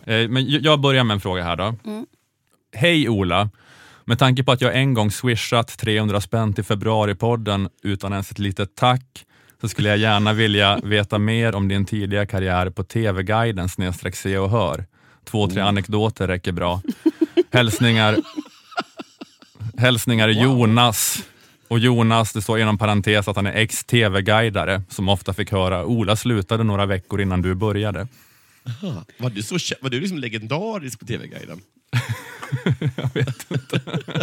Men jag börjar med en fråga här då. Hej Ola. Med tanke på att jag en gång swishat 300 spänn till februaripodden utan ens ett litet tack, så skulle jag gärna vilja veta mer om din tidiga karriär på TV-guiden /se och hör. 2-3 anekdoter räcker bra. Hälsningar Jonas. Och Jonas, det står inom parentes att han är ex-TV-guidare som ofta fick höra Ola slutade några veckor innan du började. Aha. Var du liksom legendarisk på TV-guiden? Jag vet inte.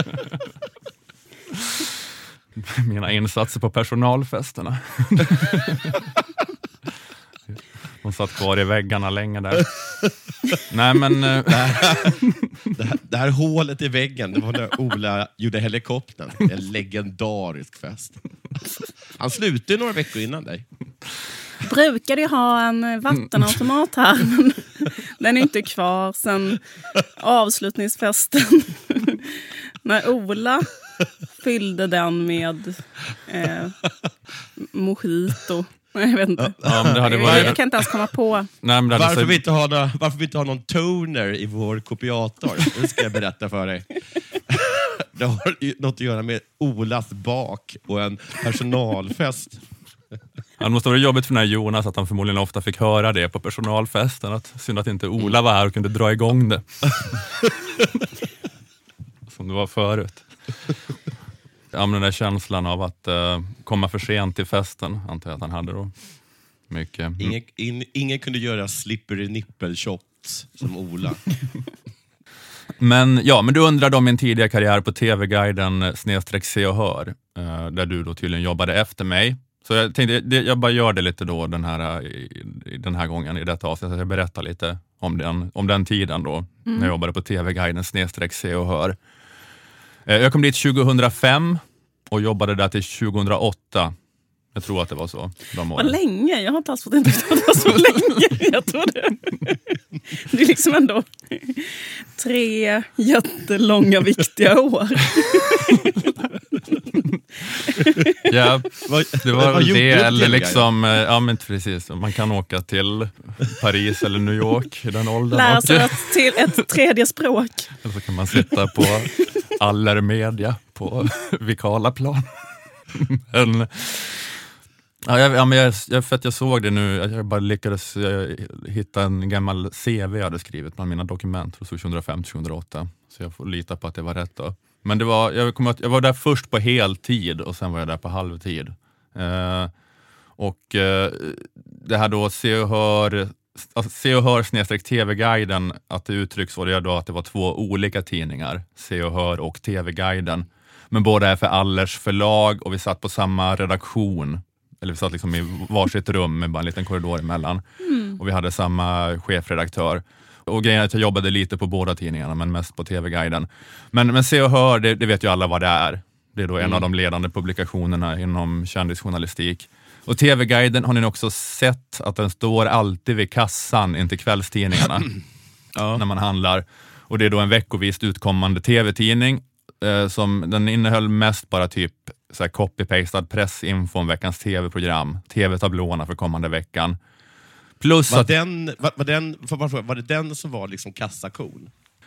Mina insatser på personalfesterna. De satt kvar i väggarna länge där. Nej, men... Det här hålet i väggen, det var när Ola gjorde helikoptern. En legendarisk fest. Han slutade några veckor innan dig. Brukade ju ha en vattenautomat här, men den är inte kvar sen avslutningsfesten. När Ola fyllde den med mojito. Nej, jag vet inte. Ja, men det hade varit... Jag kan inte ens komma på. Nej, men Varför vi inte har någon toner i vår kopiator? Det ska jag berätta för dig. Det har ju något att göra med Olas bak och en personalfest. Det måste vara jobbigt för den här Jonas att han förmodligen ofta fick höra det på personalfesten. Synd att inte Ola var här och kunde dra igång det. Som det var förut. Ja, men den där känslan av att komma för sent till festen, antar jag att han hade då. Mycket. Ingen kunde göra slippery nipple shots som Ola. Men du undrade om min tidiga karriär på TV-guiden /se och hör. Där du då tydligen jobbade efter mig. Så jag tänkte, jag bara gör det lite då den här gången i detta avsnitt. Jag berättar lite om den tiden då. När jag jobbade på TV-guiden /se och hör. Jag kom dit 2005 och jobbade där till 2008. Jag tror att det var så. Vad länge? Jag har inte alls fått intryck av att det var så länge. Jag tror det. Det är liksom ändå 3 jättelånga, viktiga år. Ja, det var väl det. Eller liksom, ja men precis. Man kan åka till Paris eller New York i den åldern. Lära sig till ett tredje språk. Eller så kan man sitta på Allermedia på Vikalaplan. Men... för att jag såg det nu, jag bara lyckades hitta en gammal CV jag hade skrivit bland mina dokument från 2005-2008, så jag får lita på att det var rätt då. Men jag var där först på heltid och sen var jag där på halvtid. Det här då Se och hör /TV-guiden, att det uttrycks var det då att det var 2 olika tidningar, Se och hör och TV-guiden. Men båda är för Allers förlag och vi satt på samma redaktion. Eller vi satt liksom i varsitt rum med bara en liten korridor emellan. Och vi hade samma chefredaktör. Och grejen är att jag jobbade lite på båda tidningarna, men mest på TV-guiden. Men Se och hör, det vet ju alla vad det är. Det är då en av de ledande publikationerna inom kändisjournalistik. Och TV-guiden har ni också sett att den står alltid vid kassan in till kvällstidningarna. När man handlar. Och det är då en veckovist utkommande TV-tidning. Som den innehöll mest bara typ så här copy-pastad pressinfo om veckans TV-program, TV-tablåerna för kommande veckan. Plus var det den som var liksom kassakon?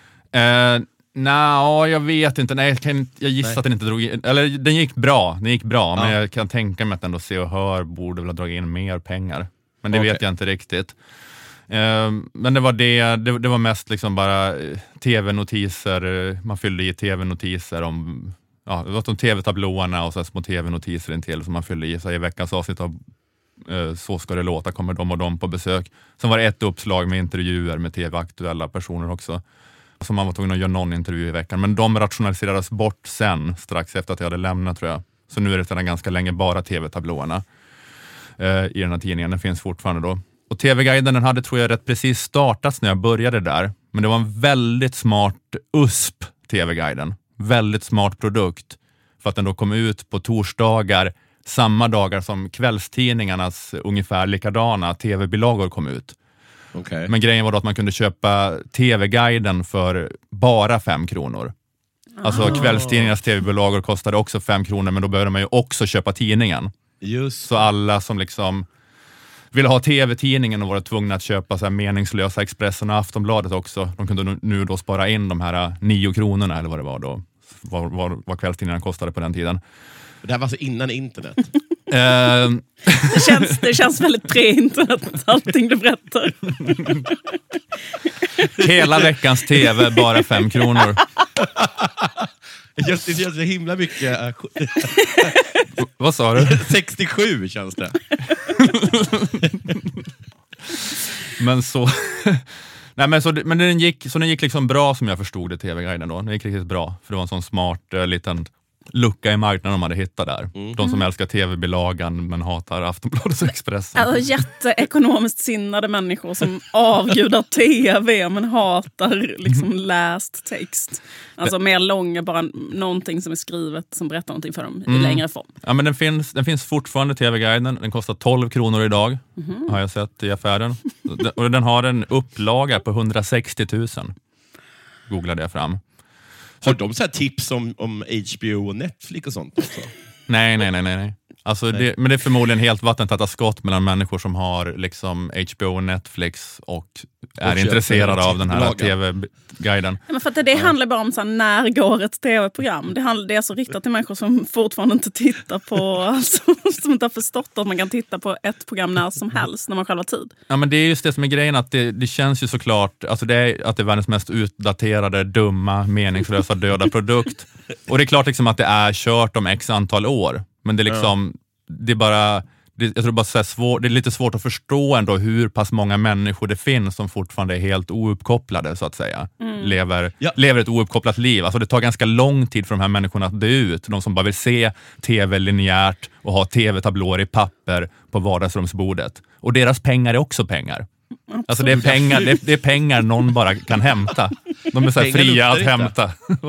Jag vet inte. Nej, jag gissar att den inte drog in. Eller den gick bra, men jag kan tänka mig att ändå Se och hör borde väl ha dragit in mer pengar. Men det vet jag inte riktigt. Men det var det var mest liksom bara tv-notiser, man fyllde i tv-notiser om det var de tv-tablåerna och så små tv-notiser intill som man fyllde i. Så i veckans avsnitt av Så ska det låta, kommer de och de på besök. Sen var det ett uppslag med intervjuer med tv-aktuella personer också. Så man var tvungen att göra någon intervju i veckan. Men de rationaliserades bort sen, strax efter att jag hade lämnat tror jag. Så nu är det sedan ganska länge bara tv-tablåerna i den här tidningen. Den finns fortfarande då. Och TV-guiden den hade tror jag rätt precis startats när jag började där. Men det var en väldigt smart USP, TV-guiden. Väldigt smart produkt. För att den då kom ut på torsdagar, samma dagar som kvällstidningarnas ungefär likadana tv-bilagor kom ut. Okay. Men grejen var då att man kunde köpa TV-guiden för bara 5 kronor. Alltså kvällstidningarnas tv-bilagor kostade också 5 kronor, men då behövde man ju också köpa tidningen. Just. Så alla som liksom... ville ha tv-tidningen och var tvungna att köpa så här meningslösa Expressen och Aftonbladet också. De kunde nu då spara in de här 9 kronorna eller vad det var då. Vad kvällstidningarna kostade på den tiden. Det här var alltså innan internet. Det känns väldigt pre-internet, allting du berättar. Hela veckans tv, bara 5 kronor. Det känns så himla mycket... Vad sa du? 67 känns det. Men så... Nej, men den gick liksom bra som jag förstod det, TV-guiden då. Den gick riktigt bra, för det var en sån smart liten lucka i marknaden de hade hittat där. De som älskar tv-bilagan men hatar Aftonbladet och Expressen. Alltså jätteekonomiskt sinnade människor som avgudar tv men hatar liksom läst text. Alltså mer långa, bara någonting som är skrivet som berättar någonting för dem i längre form. Ja, men den finns fortfarande, TV-guiden. Den kostar 12 kronor idag, har jag sett i affären. Och den har en upplaga på 160 000. Googlade jag fram. Har de så här tips om HBO och Netflix och sånt också? Nej. Alltså men det är förmodligen helt vattentäta skott mellan människor som har liksom HBO och Netflix och är intresserade av den här TV-guiden. Ja, men för att det handlar bara om så här, när går ett TV-program. Det är alltså riktat till människor som fortfarande inte tittar på, alltså, som inte har förstått att man kan titta på ett program när som helst, när man själv har tid. Ja, men det är just det som är grejen, att det känns ju såklart, alltså det är världens mest utdaterade, dumma, meningslösa, döda produkt. Och det är klart liksom att det är kört om x antal år. Men det är liksom, det är bara... Jag tror bara det är lite svårt att förstå ändå hur pass många människor det finns som fortfarande är helt ouppkopplade, så att säga. Lever ett ouppkopplat liv. Alltså det tar ganska lång tid för de här människorna att dö ut. De som bara vill se tv linjärt och ha tv-tablåer i papper på vardagsrumsbordet. Och deras pengar är också pengar. Absolut. Alltså det är pengar någon bara kan hämta. De är så här fria att hämta.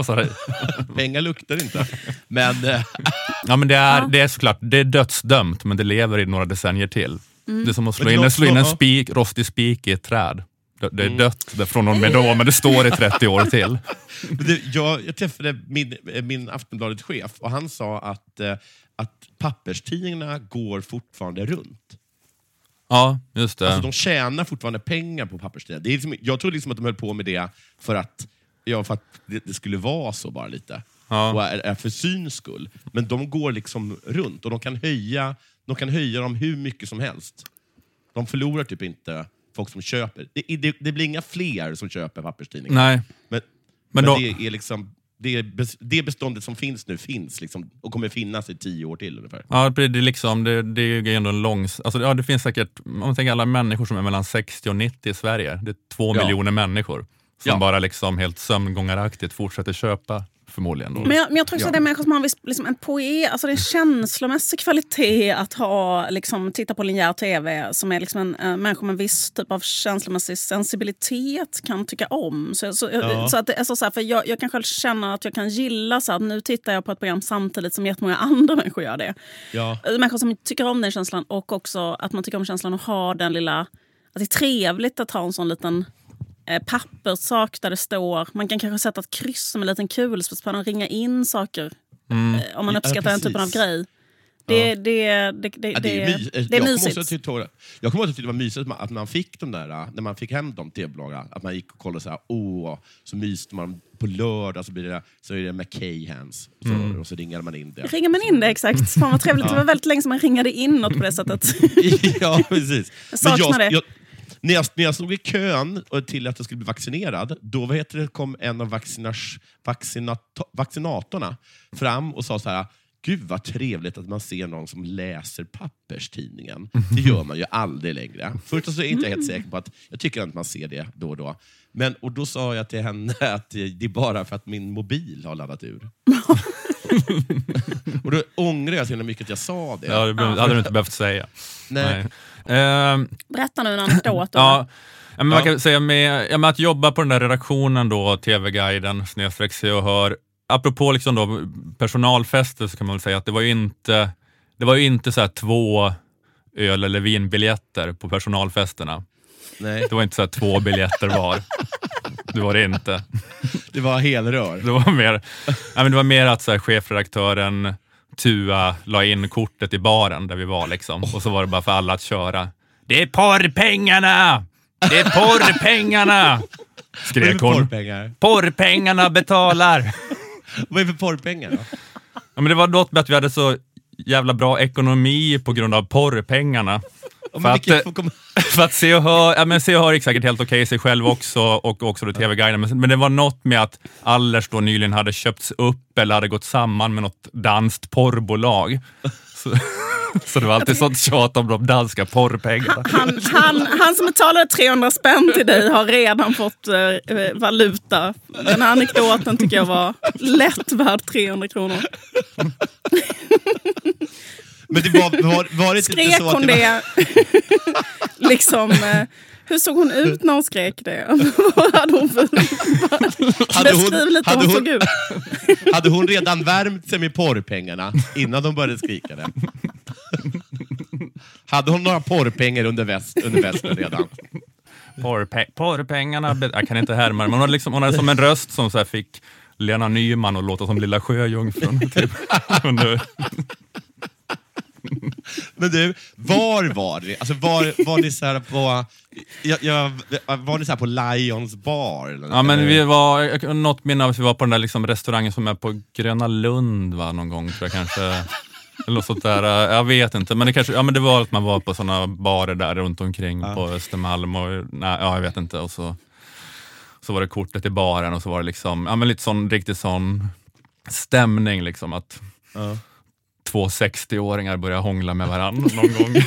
Pengar luktar inte. Men ja, men det är såklart, det är dödsdömt, men det lever i några decennier till. Det är som att slå in en rostig spik i ett träd. Det är dött från någon med då, men det står i 30 år till. Jag träffade min Aftonbladet-chef och han sa att papperstidningarna går fortfarande runt. Ja, just det. Alltså de tjänar fortfarande pengar på papperstidningar. Det är liksom, jag tror liksom att de höll på med det för att det skulle vara så bara lite. Ja. Och är för syns skull. Men de går liksom runt och de kan höja dem hur mycket som helst. De förlorar typ inte folk som köper. Det blir inga fler som köper papperstidningar. Nej. Men det är liksom... Det beståndet som finns nu finns liksom, och kommer finnas i 10 år till ungefär. Ja, det är ändå en lång... Alltså, ja, det finns säkert, om man tänker alla människor som är mellan 60 och 90 i Sverige. Det är 2 miljoner människor som bara liksom helt sömngångaraktigt fortsätter köpa. Förmodligen då. Men jag tror också att det är människor som har liksom en poet, alltså det är en känslomässig kvalitet att ha, liksom, titta på linjär tv som är liksom en människa med en viss typ av känslomässig sensibilitet kan tycka om. Så att det är så här, för jag kan själv känna att jag kan gilla så att nu tittar jag på ett program samtidigt som jättemånga andra människor gör det. Ja. Människor som tycker om den känslan och också att man tycker om känslan och ha den lilla, att det är trevligt att ha en sån liten papperssak där det står, man kan kanske sätta ett kryss som en liten kulspetspenna och ringa in saker om man uppskattar den typen av grej. Det är mysigt. Jag kommer ihåg att det var mysigt att man fick de där, när man fick hem de tv-bloggarna, att man gick och kollade så här, så myste man på lördag, så är det McKay Hands och så ringade man in det. Ringer man in det, exakt. Fan vad trevligt, det var väldigt länge som man ringade in något på det sättet. Ja, precis. Jag saknar det. När jag stod i kön till att jag skulle bli vaccinerad, då kom en av vaccinatorerna fram och sa så här: gud vad trevligt att man ser någon som läser papperstidningen. Det gör man ju aldrig längre. Först så är inte jag helt säker på att jag tycker att man ser det då och då. Och då sa jag till henne att det är bara för att min mobil har laddat ur. Och då ångrar jag så mycket att jag sa det. Ja, det hade du inte behövt säga. Nej. Berätta nu en anekdot. Ja, men man kan säga med att jobba på den där redaktionen då, TV-guiden, /Se och Hör. Apropå liksom då personalfester, så kan man väl säga att det var ju inte så här 2 öl- eller vinbiljetter på personalfesterna. Nej. Det var inte så här 2 biljetter var. Det var det inte. Det var helrör. Det var mer att så här, chefredaktören Tua la in kortet i baren där vi var liksom. Och så var det bara för alla att köra Det är porrpengarna! Det är porrpengarna! Skrek hon. Porrpengar? Porrpengarna betalar! Vad är det för porrpengar då? Ja, men det var något med att vi hade så jävla bra ekonomi på grund av porrpengarna. För att Se och Hör gick säkert helt okej sig själv också och också då TV-guiden. Men det var något med att Allers då nyligen hade köpts upp eller hade gått samman med något danskt porrbolag. Så det var alltid sånt tjat om de danska porrpengarna. Han som betalade 300 spänn till dig har redan fått valuta. Den här anekdoten tycker jag var lätt värd 300 kronor. Men det var det skrek inte så hon att det? Liksom, hur såg hon ut när hon skrek det? Vad hade hon för... Beskriv lite hur hon såg ut. Hade hon redan värmt sig med porrpengarna innan de började skrika det? Hade hon några porrpengar under västen redan? Porrpengarna, jag kan inte härma. Men hon hade som en röst som så här fick Lena Nyman och låta som Lilla Sjöjungfrun. Typ. Men du, var det? Alltså var ni så här på... var ni så här på Lions bar? Eller? Ja, men vi var... Något minne av att vi var på den där liksom restaurangen som är på Gröna Lund någon gång, tror jag kanske... Eller något sånt där, jag vet inte. Men det kanske... Ja, men det var att man var på såna barer där runt omkring på Östermalm och... Nej, jag vet inte. Och så var det kortet i baren och så var det liksom... Ja, men lite sån, riktigt sån stämning liksom att... Två 60-åringar börjar hångla med varandra någon gång.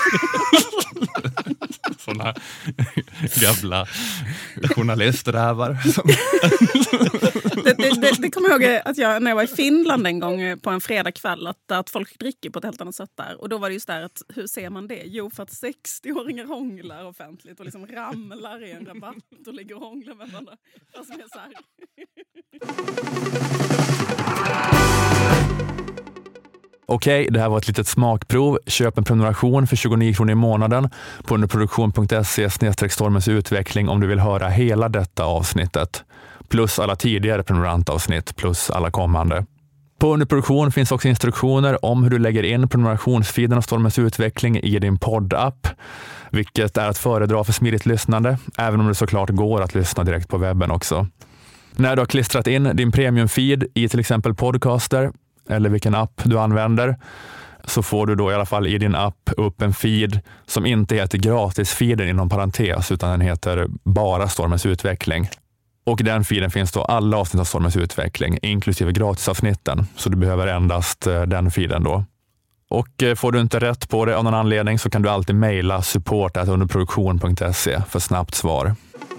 Såna gamla journalisträvar. Det kommer jag ihåg att när jag var i Finland en gång på en fredagkväll att folk dricker på ett helt annat sätt där. Och då var det just där att, hur ser man det? Jo, för att 60-åringar hånglar offentligt och liksom ramlar i en rabatt och ligger och hånglar med varandra. Alltså, det är så här. Okej, det här var ett litet smakprov. Köp en prenumeration för 29 kronor i månaden på underproduktion.se/stormens utveckling om du vill höra hela detta avsnittet. Plus alla tidigare prenumerantavsnitt, plus alla kommande. På Underproduktion finns också instruktioner om hur du lägger in prenumerationsfeeden av Stormens utveckling i din poddapp, vilket är att föredra för smidigt lyssnande, även om det såklart går att lyssna direkt på webben också. När du har klistrat in din premiumfeed i till exempel Podcaster eller vilken app du använder, så får du då i alla fall i din app upp en feed som inte heter gratisfeeden inom parentes, utan den heter bara Stormens utveckling. Och i den feeden finns då alla avsnitt av Stormens utveckling, inklusive gratisavsnitten, så du behöver endast den feeden då. Och får du inte rätt på det av någon anledning så kan du alltid mejla support@underproduktion.se för snabbt svar.